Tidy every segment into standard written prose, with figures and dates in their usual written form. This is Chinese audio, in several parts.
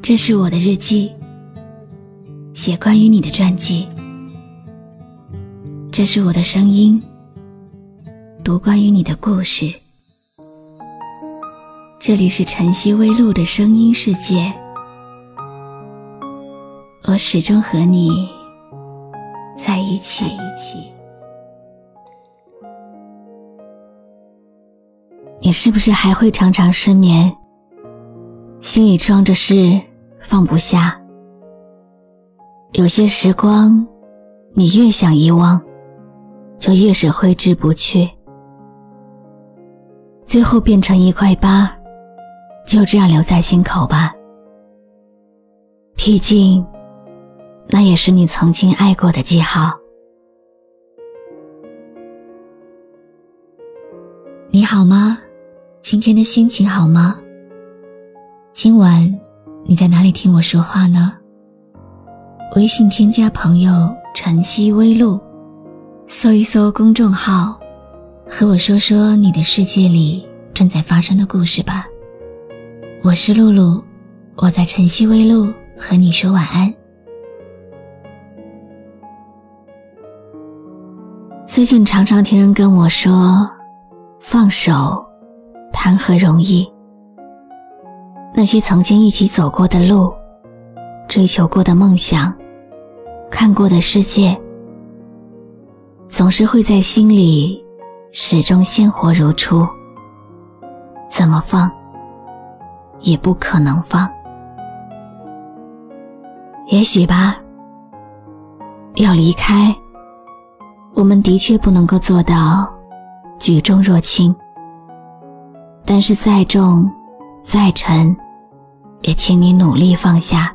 这是我的日记，写关于你的传记。这是我的声音，读关于你的故事。这里是晨曦微露的声音世界，我始终和你在一起。你是不是还会常常失眠，心里装着事放不下？有些时光你越想遗忘，就越是挥之不去，最后变成一块疤，就这样留在心口吧。毕竟那也是你曾经爱过的记号。你好吗？今天的心情好吗？今晚你在哪里听我说话呢？微信添加朋友晨曦微露，搜一搜公众号，和我说说你的世界里正在发生的故事吧。我是露露，我在晨曦微露和你说晚安。最近常常听人跟我说，放手谈何容易？那些曾经一起走过的路，追求过的梦想，看过的世界，总是会在心里始终鲜活如初，怎么放也不可能放。也许吧，要离开，我们的确不能够做到举重若轻，但是再重再沉，也请你努力放下。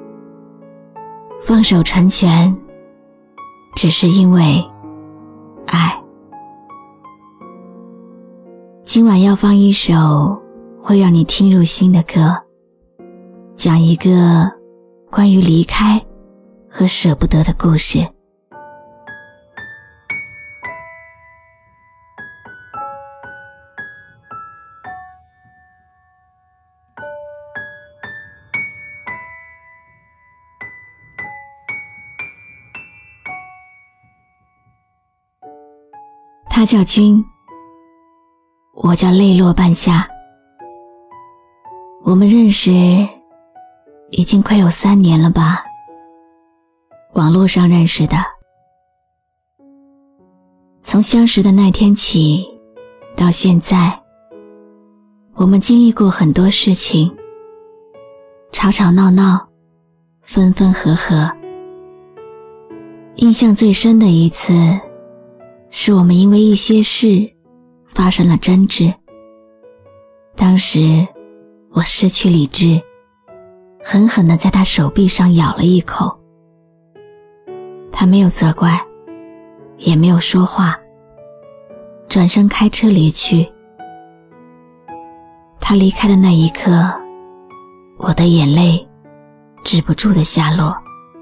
放手成全，只是因为爱。今晚要放一首会让你听入心的歌，讲一个关于离开和舍不得的故事。他叫君，我叫泪落半夏。我们认识已经快有3年了吧，网络上认识的。从相识的那天起到现在，我们经历过很多事情，吵吵闹闹，分分合合。印象最深的一次，是我们因为一些事发生了争执。当时我失去理智，狠狠地在他手臂上咬了一口。他没有责怪，也没有说话，转身开车离去。他离开的那一刻，我的眼泪止不住地下落。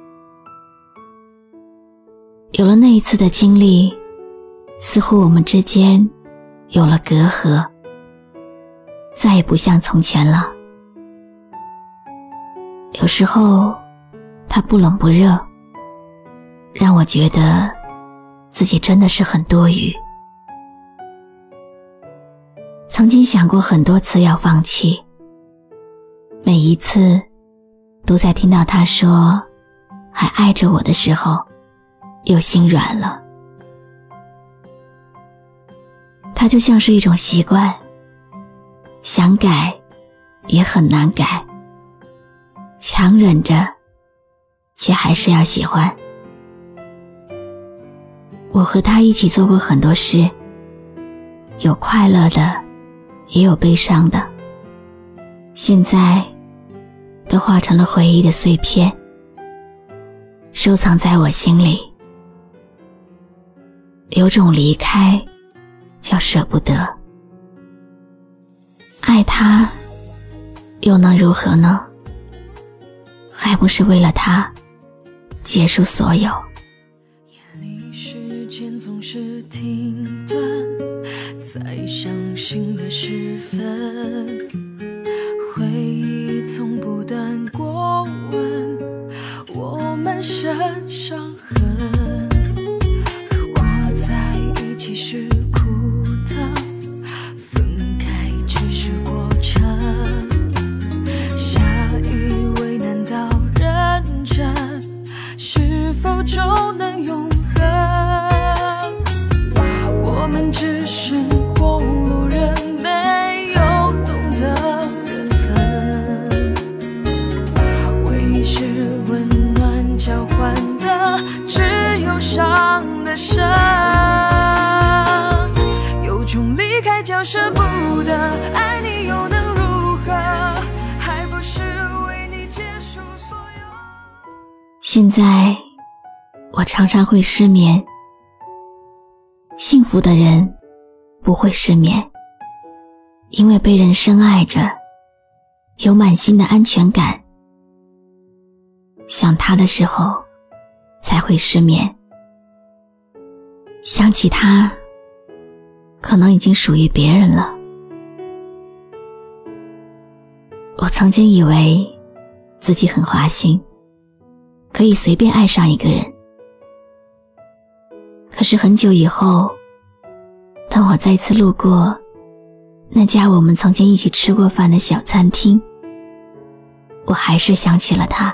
有了那一次的经历，似乎我们之间有了隔阂，再也不像从前了。有时候他不冷不热，让我觉得自己真的是很多余。曾经想过很多次要放弃，每一次都在听到他说还爱着我的时候，又心软了。它就像是一种习惯，想改也很难改，强忍着却还是要喜欢。我和他一起做过很多事，有快乐的，也有悲伤的，现在都化成了回忆的碎片，收藏在我心里。有种离开叫舍不得，爱他又能如何呢？还不是为了他结束所有。 夜里时间总是停顿，在伤心的时分，回忆从不断过现在我常常会失眠，幸福的人不会失眠，因为被人深爱着，有满心的安全感，想他的时候才会失眠，想起他可能已经属于别人了。我曾经以为自己很花心，可以随便爱上一个人，可是很久以后，当我再次路过那家我们曾经一起吃过饭的小餐厅，我还是想起了他。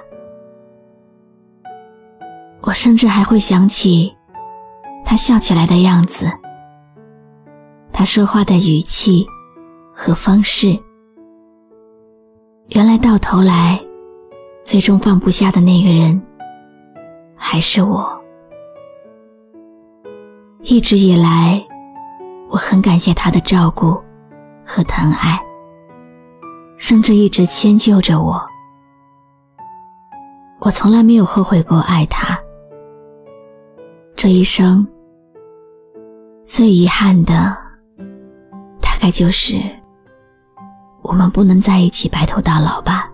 我甚至还会想起他笑起来的样子，他说话的语气和方式。原来到头来，最终放不下的那个人还是我。一直以来，我很感谢他的照顾和疼爱，甚至一直迁就着我。我从来没有后悔过爱他。这一生最遗憾的，大概就是我们不能在一起白头到老吧。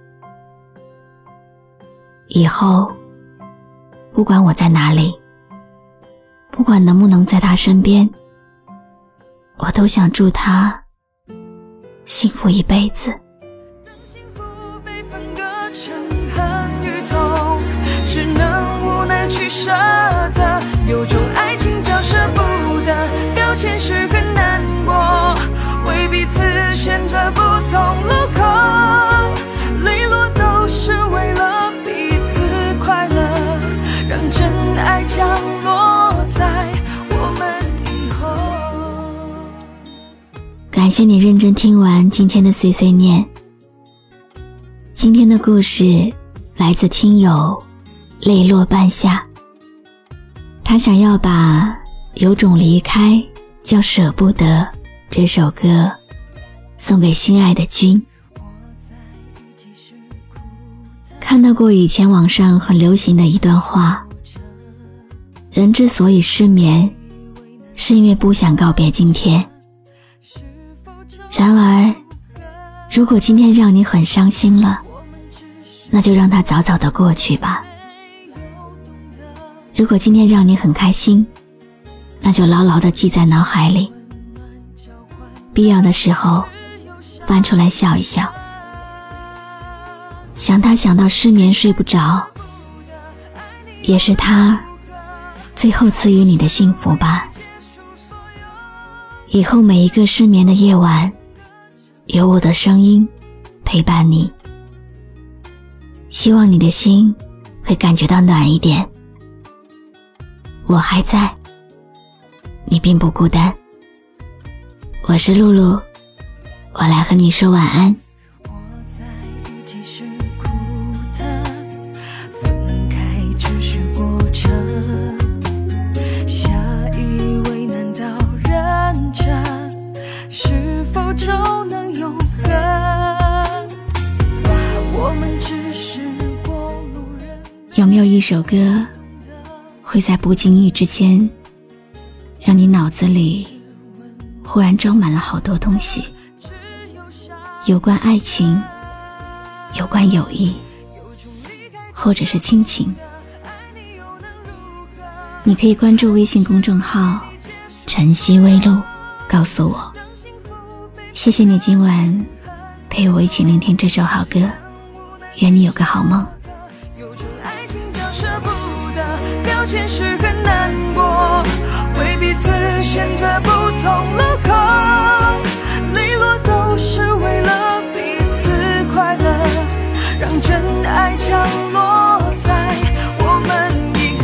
以后不管我在哪里，不管能不能在他身边，我都想祝他幸福一辈子。 幸福被分割成恨与痛，只能无奈去舍得，有种爱情叫舍不得，表现是很难过，为彼此选择不同路口，磊落都是为了彼此快乐，让真爱降落在我们以后。 感谢你认真听完今天的碎碎念。今天的故事来自听友泪落半夏，他想要把有种离开叫舍不得这首歌送给心爱的君。看到过以前网上很流行的一段话，人之所以失眠，是因为不想告别今天。然而如果今天让你很伤心了，那就让它早早的过去吧。如果今天让你很开心，那就牢牢地记在脑海里，必要的时候翻出来笑一笑。想他想到失眠睡不着，也是他最后赐予你的幸福吧。以后每一个失眠的夜晚，有我的声音陪伴你，希望你的心会感觉到暖一点。我还在，你并不孤单。我是露露，我来和你说晚安。 我在一起是苦的，分开只是过程，下一位难道忍着，是否就能永恒？我们只是过路人。 有没有一首歌会在不经意之间让你脑子里忽然装满了好多东西，有关爱情，有关友谊，或者是亲情。你可以关注微信公众号晨曦微露，告诉我。谢谢你今晚陪我一起聆听这首好歌，愿你有个好梦。 有种爱情叫舍不得，表现是很难过，为彼此选择不同路口，磊落都是为了彼此快乐，让真爱降落在我们以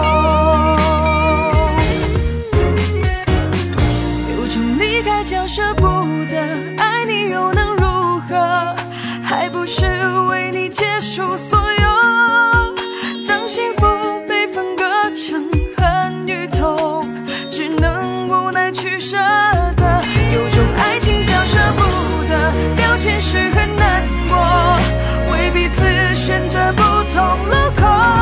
后。有种离开叫舍不得，爱你又能如何？还不是为你结束所有。当幸福被分割成恨与痛，只能无奈去舍得。有种爱情叫舍不得，表现是很难过，为彼此选择不同路口。